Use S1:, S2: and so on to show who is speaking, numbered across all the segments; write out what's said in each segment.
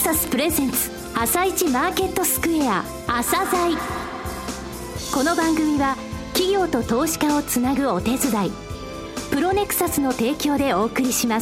S1: サスプレゼンツ朝一マーケットスクエア朝鮮。この番組は企業と投資家をつなぐお手伝いプロネクサスの提供でお送りします。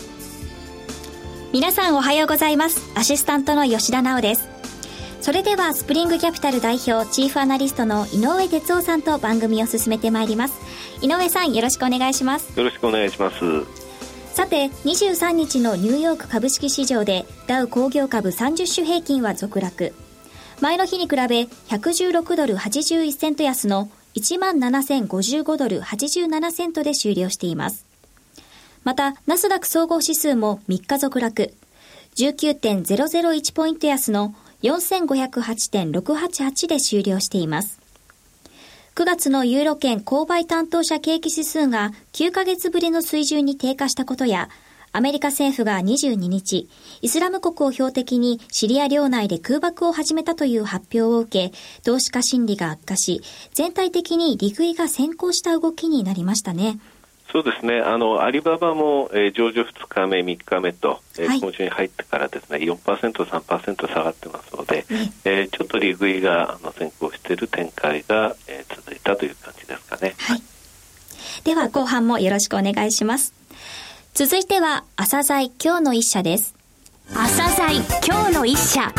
S2: 皆さんおはようございます。アシスタントの吉田直です。それではスプリングキャピタル代表チーフアナリストの井上哲夫さんと番組を進めてまいります。井上さん、よろしくお願いします。
S3: よろしくお願いします。
S2: さて、23日のニューヨーク株式市場でダウ工業株30種平均は続落。前の日に比べ116ドル81セント安の 17,055 ドル87セントで終了しています。また、ナスダック総合指数も3日続落。19.001 ポイント安の 4508.688 で終了しています。9月のユーロ圏購買担当者景気指数が9ヶ月ぶりの水準に低下したことや、アメリカ政府が22日、イスラム国を標的にシリア領内で空爆を始めたという発表を受け、投資家心理が悪化し、全体的に利食いが先行した動きになりましたね。
S3: そうですね。アリババも、上場2日目3日目と、今週に入ってからですね 4%3% 下がってますので、ちょっと利食いが先行している展開が、続いたという感じですかね。
S2: はい。では後半もよろしくお願いします。続いては朝鮮今日の一社です。
S1: 朝鮮今日の一社。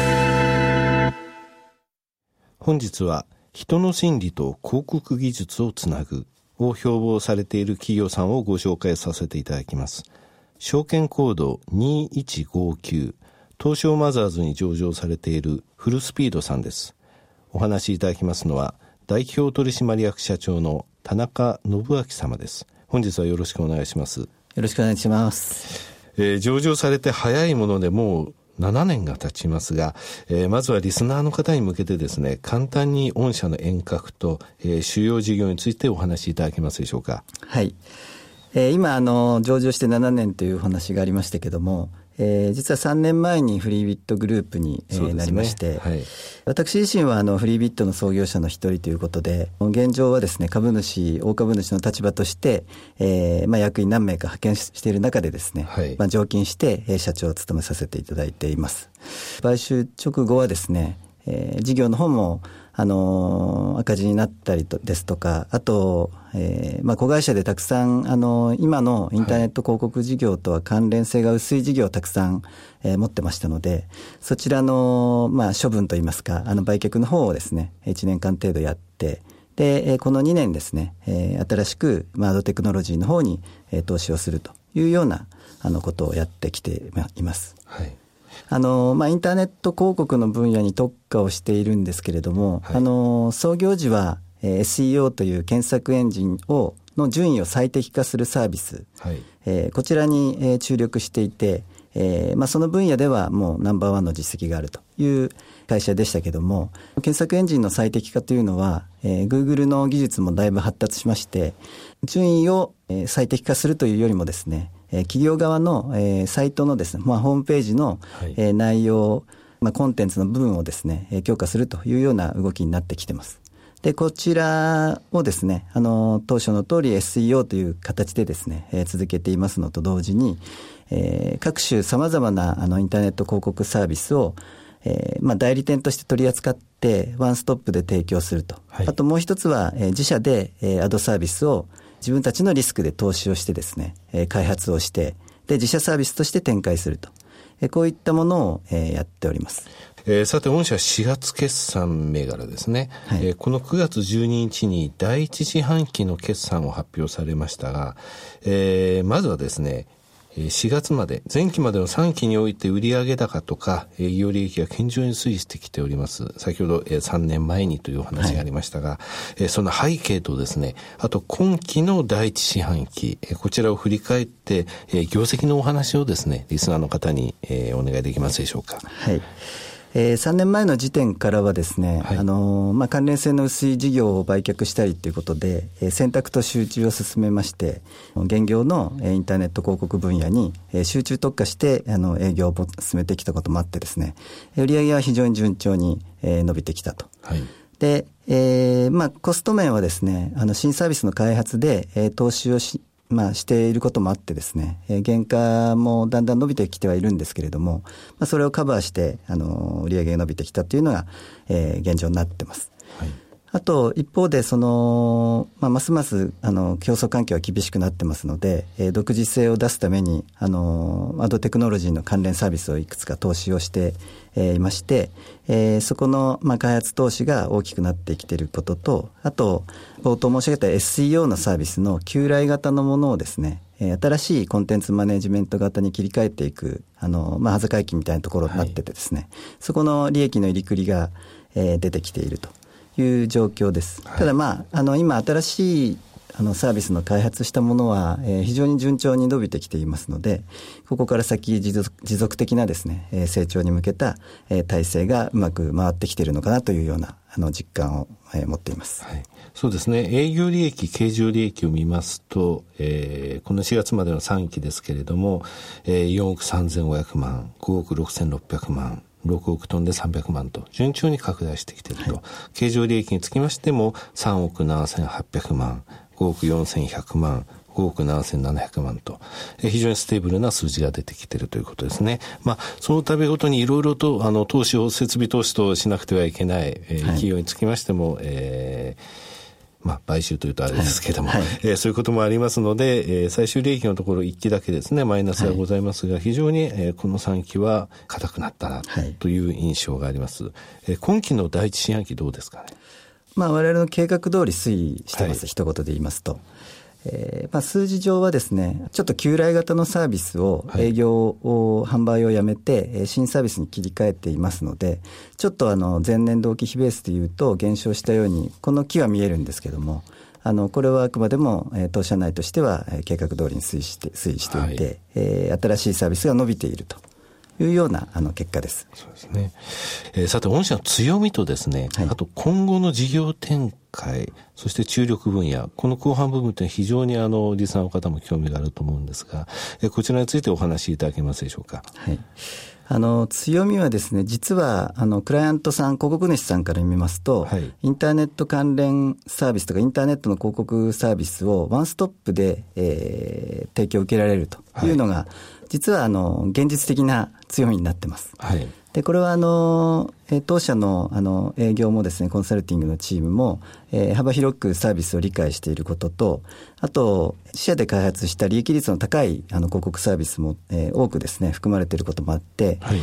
S4: 本日は人の心理と広告技術をつなぐを標榜されている企業さんをご紹介させていただきます。証券コード2159、東証マザーズに上場されているフルスピードさんです。お話しいただきますのは代表取締役社長の田中信明様です。本日はよろしくお願いします。
S5: よろしくお願いします。
S4: 上場されて早いものでもう7年が経ちますが、まずはリスナーの方に向けてですね、簡単に御社の遠隔と、主要事業についてお話しいただけますでしょうか。
S5: はい。今上場して7年というお話がありましたけども、実は3年前にフリービットグループに、なりまして、はい、私自身はフリービットの創業者の一人ということで、現状はですね、大株主の立場として、役員何名か派遣している中でですね、はい、常勤して、社長を務めさせていただいています。買収直後はですね、事業の方も赤字になったりですとか、あと、子会社でたくさん今のインターネット広告事業とは関連性が薄い事業をたくさん、持ってましたので、そちらの、処分といいますか売却の方をですね1年間程度やって、でこの2年ですね、新しくアドテクノロジーの方に、投資をするというようなことをやってきています。はい。インターネット広告の分野に特化をしているんですけれども、はい、創業時は、SEO という検索エンジンの順位を最適化するサービス、はい、こちらに、注力していて、その分野ではもうナンバーワンの実績があるという会社でしたけども、検索エンジンの最適化というのは、Google の技術もだいぶ発達しまして、順位を、最適化するというよりもですね、企業側の、サイトのですね、ホームページの、内容、コンテンツの部分をですね、強化するというような動きになってきてます。で、こちらをですね、当初の通り SEO という形でですね、続けていますのと同時に、各種様々なインターネット広告サービスを、代理店として取り扱ってワンストップで提供すると。はい、あともう一つは、自社で、アドサービスを自分たちのリスクで投資をしてですね、開発をして、で、自社サービスとして展開すると。こういったものを、やっております。
S4: さて、御社4月決算銘柄ですね。はい、この9月12日に第一四半期の決算を発表されましたが、まずはですね、4月まで、前期までの3期において売上高とか営業利益が堅調に推移してきております。先ほど3年前にというお話がありましたが、はい、その背景とですね、あと今期の第一四半期、こちらを振り返って、業績のお話をですね、リスナーの方に、お願いできますでしょうか。
S5: はい。3年前の時点からはですね、はい、関連性の薄い事業を売却したいということで、選択と集中を進めまして、現業のインターネット広告分野に集中特化して営業を進めてきたこともあってですね、売上は非常に順調に伸びてきたと。はい、で、コスト面はですね、新サービスの開発で投資をしていることもあってですね、原価もだんだん伸びてきてはいるんですけれども、それをカバーして売上が伸びてきたというのが、現状になってます。はい、あと一方でますます競争環境は厳しくなってますので、独自性を出すためにアドテクノロジーの関連サービスをいくつか投資をしていまして、そこの開発投資が大きくなってきていることと、あと冒頭申し上げた SEO のサービスの旧来型のものをですね、新しいコンテンツマネジメント型に切り替えていく端境期みたいなところになっててですね、はい、そこの利益の入りくりが出てきているという状況です。ただ今新しいサービスの開発したものは、非常に順調に伸びてきていますので、ここから先持続的なですね、成長に向けた、体制がうまく回ってきているのかなというような実感を、持っています。
S4: はい、そうですね。営業利益、経常利益を見ますと、この4月までの3期ですけれども、4億3500万、5億6600万、6億トンで300万と順調に拡大してきていると、はい、経常利益につきましても3億7800万、5億4100万、5億7700万と、非常にステーブルな数字が出てきているということですね。その度ごとにいろいろと投資を設備投資としなくてはいけない、企業につきましても、買収というとあれですけども、そういうこともありますので、最終利益のところ1期だけですね、マイナスがございますが、非常に、この3期は硬くなったなという印象があります。今期の第一四半期どうですかね。
S5: 我々の計画通り推移してます、一言で言いますと。数字上はですね、ちょっと旧来型のサービスを営業を、販売をやめて新サービスに切り替えていますので、ちょっと前年同期比ベースでいうと減少したようにこの期は見えるんですけども、これはあくまでも当社内としては計画通りに推移していて、新しいサービスが伸びているというような結果です。
S4: そうですね。さて御社の強みとですね、あと今後の事業展開、そして注力分野、この後半部分というのは非常にリスナーの方も興味があると思うんですが、こちらについてお話しいただけますでしょうか。
S5: はい。強みはですね、実はクライアントさん、広告主さんから見ますと、インターネット関連サービスとかインターネットの広告サービスをワンストップで、提供を受けられるというのが、実は現実的な強みになってます。はい。でこれは当社の営業もですね、コンサルティングのチームも、幅広くサービスを理解していることと、あと自社で開発した利益率の高い広告サービスも、多くですね含まれていることもあって、はい、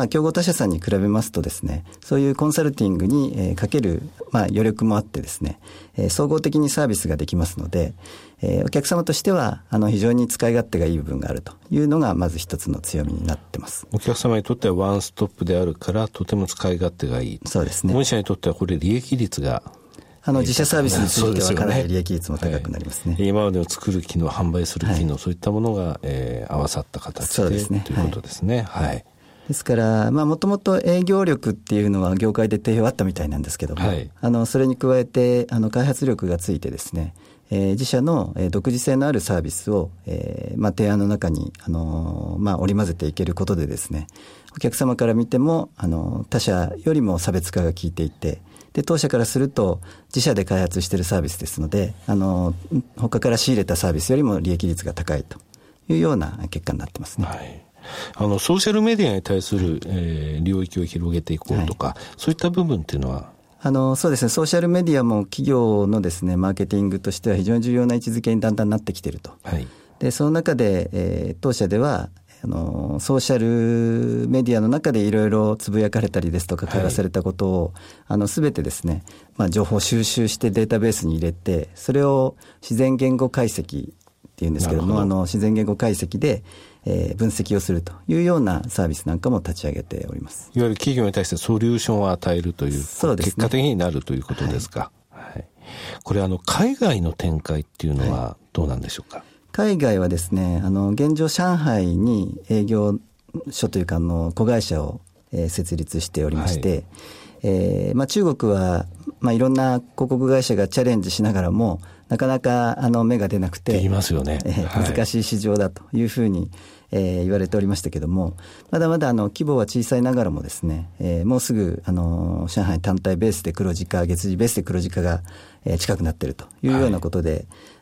S5: 競合他社さんに比べますとですね、そういうコンサルティングに、かける、余力もあってですね、総合的にサービスができますので、お客様としては非常に使い勝手がいい部分があるというのがまず一つの強みになってます。
S4: お客様にとってはワンストップであるからとても使い勝手がいい。
S5: そうですね。
S4: 御社にとってはこれ利益率が
S5: 自社サービスについてはかなり利益率も高くなりますね。
S4: 今までの作る機能、販売する機能、そういったものが、合わさった形で、そうですね、ということですね。はい。
S5: ですから、もともと営業力っていうのは業界で定評あったみたいなんですけども、それに加えて開発力がついてですね、自社の独自性のあるサービスを、提案の中に織り交ぜていけることでですね、お客様から見ても他社よりも差別化が効いていて、で当社からすると自社で開発しているサービスですので、他から仕入れたサービスよりも利益率が高いというような結果になってますね。はい。
S4: ソーシャルメディアに対する、領域を広げていこうとか、そういった部分っていうのは
S5: そうですね、ソーシャルメディアも企業のですねマーケティングとしては非常に重要な位置づけにだんだんなってきていると。はい、でその中で、当社ではソーシャルメディアの中でいろいろつぶやかれたりですとか会話されたことを、全てですね、情報収集してデータベースに入れて、それを自然言語解析っていうんですけども、自然言語解析で分析をするというようなサービスなんかも立ち上げております。
S4: いわゆる企業に対してソリューションを与えるという、そうですね、結果的になるということですか。はいはい、これ海外の展開っていうのはどうなんでしょうか。
S5: 海外はですね、現状上海に営業所というか子会社を、設立しておりまして、はい、中国はいろんな広告会社がチャレンジしながらもなかなか芽が出なくて
S4: 言いますよね、
S5: 難しい市場だというふうに、言われておりましたけども、まだまだ規模は小さいながらもですね、もうすぐ上海単体ベースで黒字化、月次ベースで黒字化が、近くなっているというようなことで、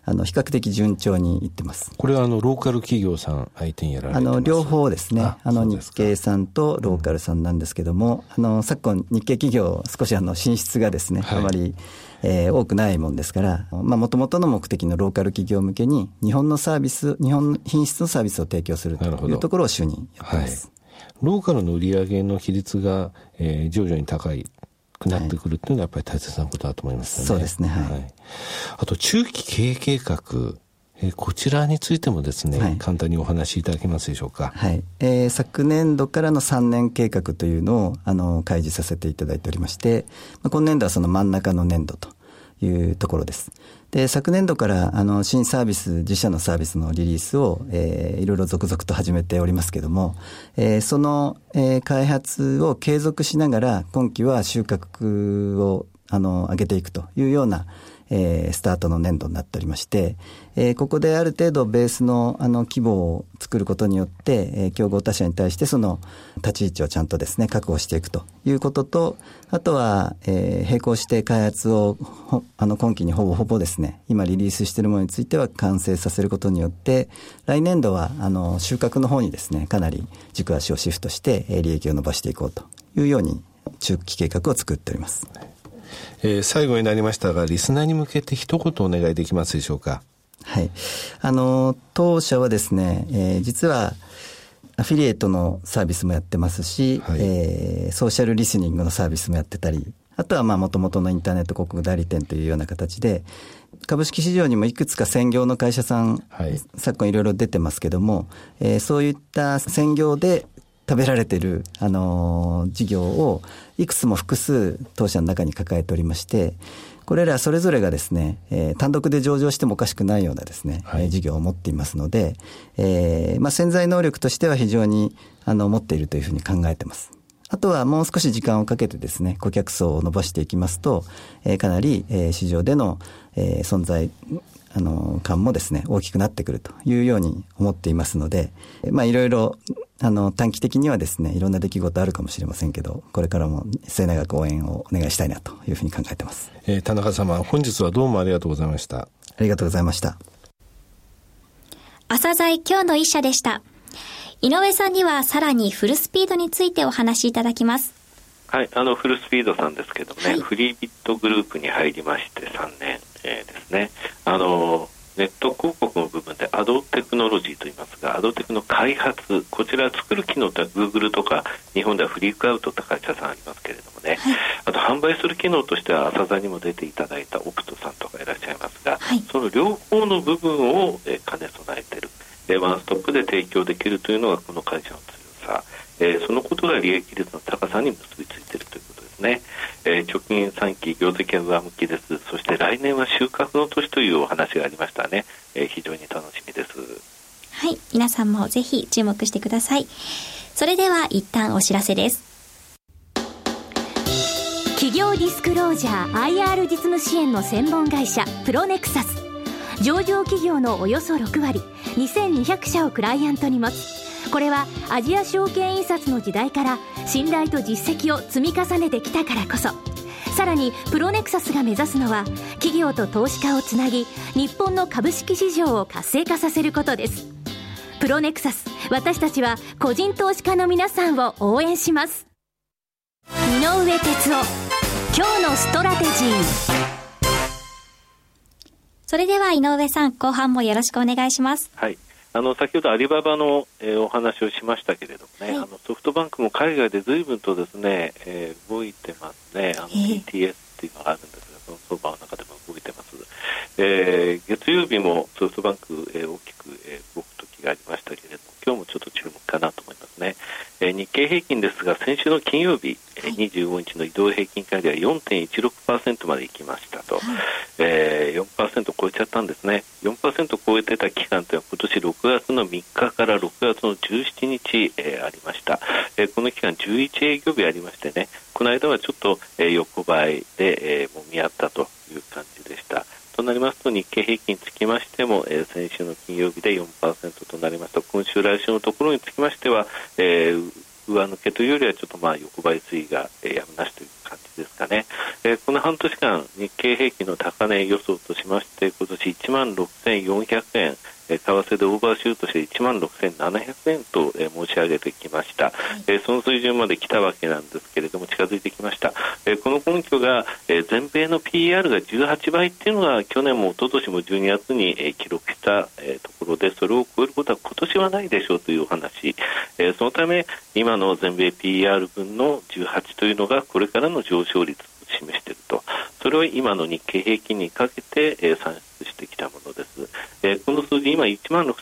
S5: 比較的順調にいってます。
S4: これはローカル企業さん相手にやられてます？
S5: 両方ですね。日系さんとローカルさんなんですけども、昨今日系企業少し進出がですね、あまり、多くないもんですから、もともとの目的のローカル企業向けに日本品質のサービスを提供するというところを主にやっています。
S4: ローカルの売上の比率が、徐々に高くなってくるっていうのがやっぱり大切なことだと思いますよね。
S5: そうですね。はい。
S4: あと中期経営計画、こちらについてもですね、簡単にお話しいただけますでしょうか。
S5: はい。昨年度からの3年計画というのを開示させていただいておりまして、今年度はその真ん中の年度というところです。で、昨年度から新サービス、自社のサービスのリリースを、いろいろ続々と始めておりますけども、その、開発を継続しながら今期は収穫を上げていくというようなスタートの年度になっておりまして、ここである程度ベースの規模を作ることによって、競合他社に対してその立ち位置をちゃんとですね確保していくということと、あとは、並行して開発を今期にほぼですね今リリースしているものについては完成させることによって、来年度は収穫の方にですねかなり軸足をシフトして利益を伸ばしていこうというように中期計画を作っております。
S4: 最後になりましたが、リスナーに向けて一言お願いできますでしょうか。
S5: はい。当社はですね、実はアフィリエイトのサービスもやってますし、ソーシャルリスニングのサービスもやってたり、あとは元々のインターネット広告代理店というような形で、株式市場にもいくつか専業の会社さん、昨今いろいろ出てますけども、そういった専業で食べられている、事業をいくつも複数当社の中に抱えておりまして、これらそれぞれがですね、単独で上場してもおかしくないようなですね、事業を持っていますので、潜在能力としては非常に持っているというふうに考えています。あとはもう少し時間をかけてですね、顧客層を伸ばしていきますと、かなり市場での存在感もですね大きくなってくるというように思っていますので、いろいろ短期的にはですねいろんな出来事あるかもしれませんけど、これからも末永く応援をお願いしたいなというふうに考えています。
S4: 田中様、本日はどうもありがとうございました。
S5: ありがとうございました。
S2: 朝鮮今日の一社でした。井上さんにはさらにフルスピードについてお話しいただきます。
S3: はい、フルスピードさんですけどもね、フリービットグループに入りまして3年、ですね。ネット広告の部分でアドテクノロジーと言いますが、アドテクの開発、こちら作る機能ってグーグルとか日本ではフリークアウトって会社さんありますけれどもね、あと販売する機能としては朝鮮にも出ていただいたオプトさんとかいらっしゃいますが、その両方の部分を兼ね備えている、ワンストップで提供できるというのがこの会社の強さ、そのことが利益率の高さに結びついているということですね。直近3期業績は上向きです。そして来年は収穫の年というお話がありましたね。非常に楽しみです。
S2: はい、皆さんもぜひ注目してください。それでは一旦お知らせです。
S1: 企業ディスクロージャー IR 実務支援の専門会社プロネクサス、上場企業のおよそ6割2200社をクライアントに持つ。これはアジア証券印刷の時代から信頼と実績を積み重ねてきたからこそ。さらにプロネクサスが目指すのは企業と投資家をつなぎ、日本の株式市場を活性化させることです。プロネクサス、私たちは個人投資家の皆さんを応援します。井上哲夫、今日のストラテジー。
S2: それでは井上さん、後半もよろしくお願いします。
S3: はい、先ほどアリババの、お話をしましたけれどもね、ソフトバンクも海外で随分とですね、動いてますね。BTS っていうのがあるんですが、その相場の中でも動いてます。月曜日もソフトバンク、大きく、動く時がありましたけれども、今日もちょっと注目かなと思いますね。日経平均ですが、先週の金曜日、25日の移動平均会では 4.16% まで行きましたと、4% 超えちゃったんですね。 4% 超えてた期間というのは今年6月の3日から6月の17日、ありました。この期間11営業日ありましてね、この間はちょっと、横ばいで、もみ合ったという感じでした。となりますと、日経平均につきましても、先週の金曜日で 4% となりますと、今週来週のところにつきましては、上抜けというよりはちょっと横ばい推移がやむなしという感じですかね。この半年間日経平均の高値予想としまして、今年16,400円、為替でオーバーシュートして16,700円と申し上げてきました。その水準まで来たわけなんですけれども、近づいてきました。この根拠が全米の PR が18倍っていうのが去年も一昨年も12月に記録したところで、それを超えることは今年はないでしょうというお話。そのため今の全米 PR 分の18というのがこれからの上昇率を示していると。それを今の日経平均にかけて算出してきたものです。この数字今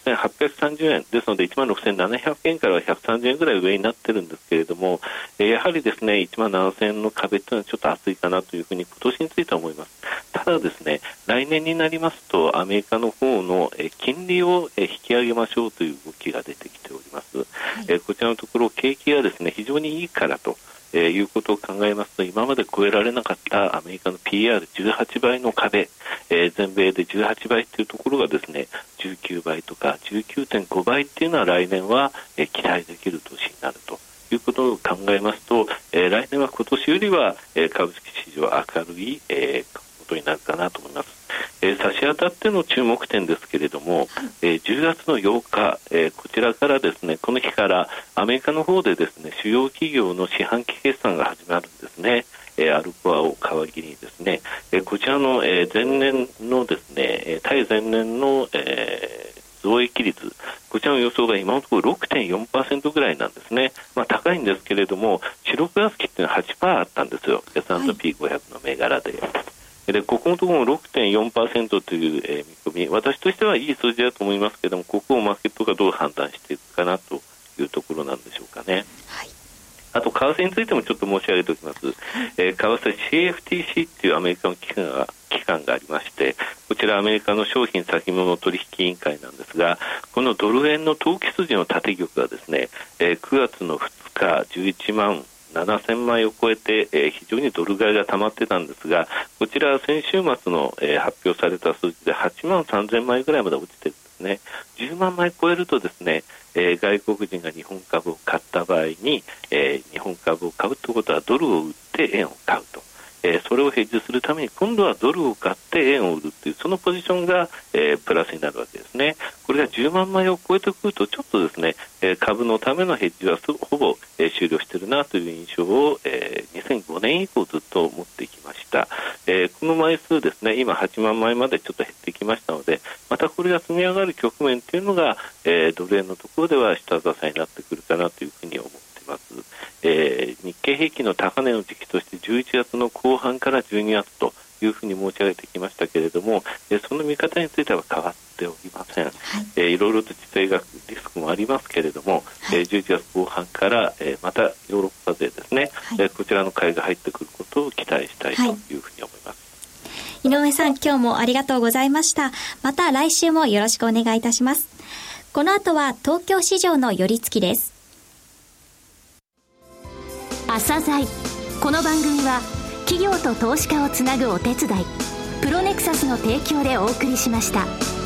S3: 16,830 円ですので 16,700 円からは130円ぐらい上になってるんですけれども、やはりですね 17,000 円の壁というのはちょっと厚いかなというふうに今年については思います。ただですね、来年になりますとアメリカの方の金利を引き上げましょうという動きが出てきております。こちらのところ景気がですね非常にいいからということを考えますと、今まで超えられなかったアメリカの PR18 倍の壁、全米で18倍というところがですね19倍とか 19.5 倍というのは来年は期待できる年になるということを考えますと、来年は今年よりは株式市場明るいことになるかなと思います。差し当たっての注目点ですけれども、10月の8日、こちらからですね、この日からアメリカの方でですね、主要企業の四半期決算が始まるんですね。アルコアを皮切りにですね、こちらの前年のですね、対前年の増益率、こちらの予想が今のところ 6.4% ぐらいなんですね。高いんですけれども、四六月期っていうのは 8% あったんですよ。S&P500 の銘柄で。ここのところも 6.4% という、見込み、私としてはいい数字だと思いますけれども、ここをマーケットがどう判断していくかなというところなんでしょうかね。はい、あと為替についてもちょっと申し上げておきます。為替 CFTC というアメリカの機関がありまして、こちらアメリカの商品先物取引委員会なんですが、このドル円の投機筋の縦玉がですね、9月の2日11万7000枚を超えて、非常にドル買いが溜まってたんですが、こちらは先週末の、発表された数字で8万3000枚ぐらいまで落ちてるんですね。10万枚超えるとですね、外国人が日本株を買った場合に、日本株を買うということはドルを売って円を買うと。それをヘッジするために今度はドルを買って円を売るというそのポジションが、プラスになるわけですね。これが10万枚を超えてくるとちょっとですね、株のためのヘッジはほぼ、終了しているなという印象を、2005年以降ずっと持ってきました。この枚数ですね、今8万枚までちょっと減ってきましたので、またこれが積み上がる局面というのが、ドル円のところでは下支えになってくるかなというふうに思っています。日経平均の高値の時期として11月の後半から12月というふうに申し上げてきましたけれども、その見方については変わっておりません。はい、いろいろと地政学リスクもありますけれども、はい、11月後半から、またヨーロッパ勢ですね、はい、こちらの買いが入ってくることを期待したいというふうに思います。
S2: 井上さん、今日もありがとうございました。また来週もよろしくお願いいたします。この後は東京市場の寄り付きです。
S1: 朝鮮。この番組は企業と投資家をつなぐお手伝いプロネクサスの提供でお送りしました。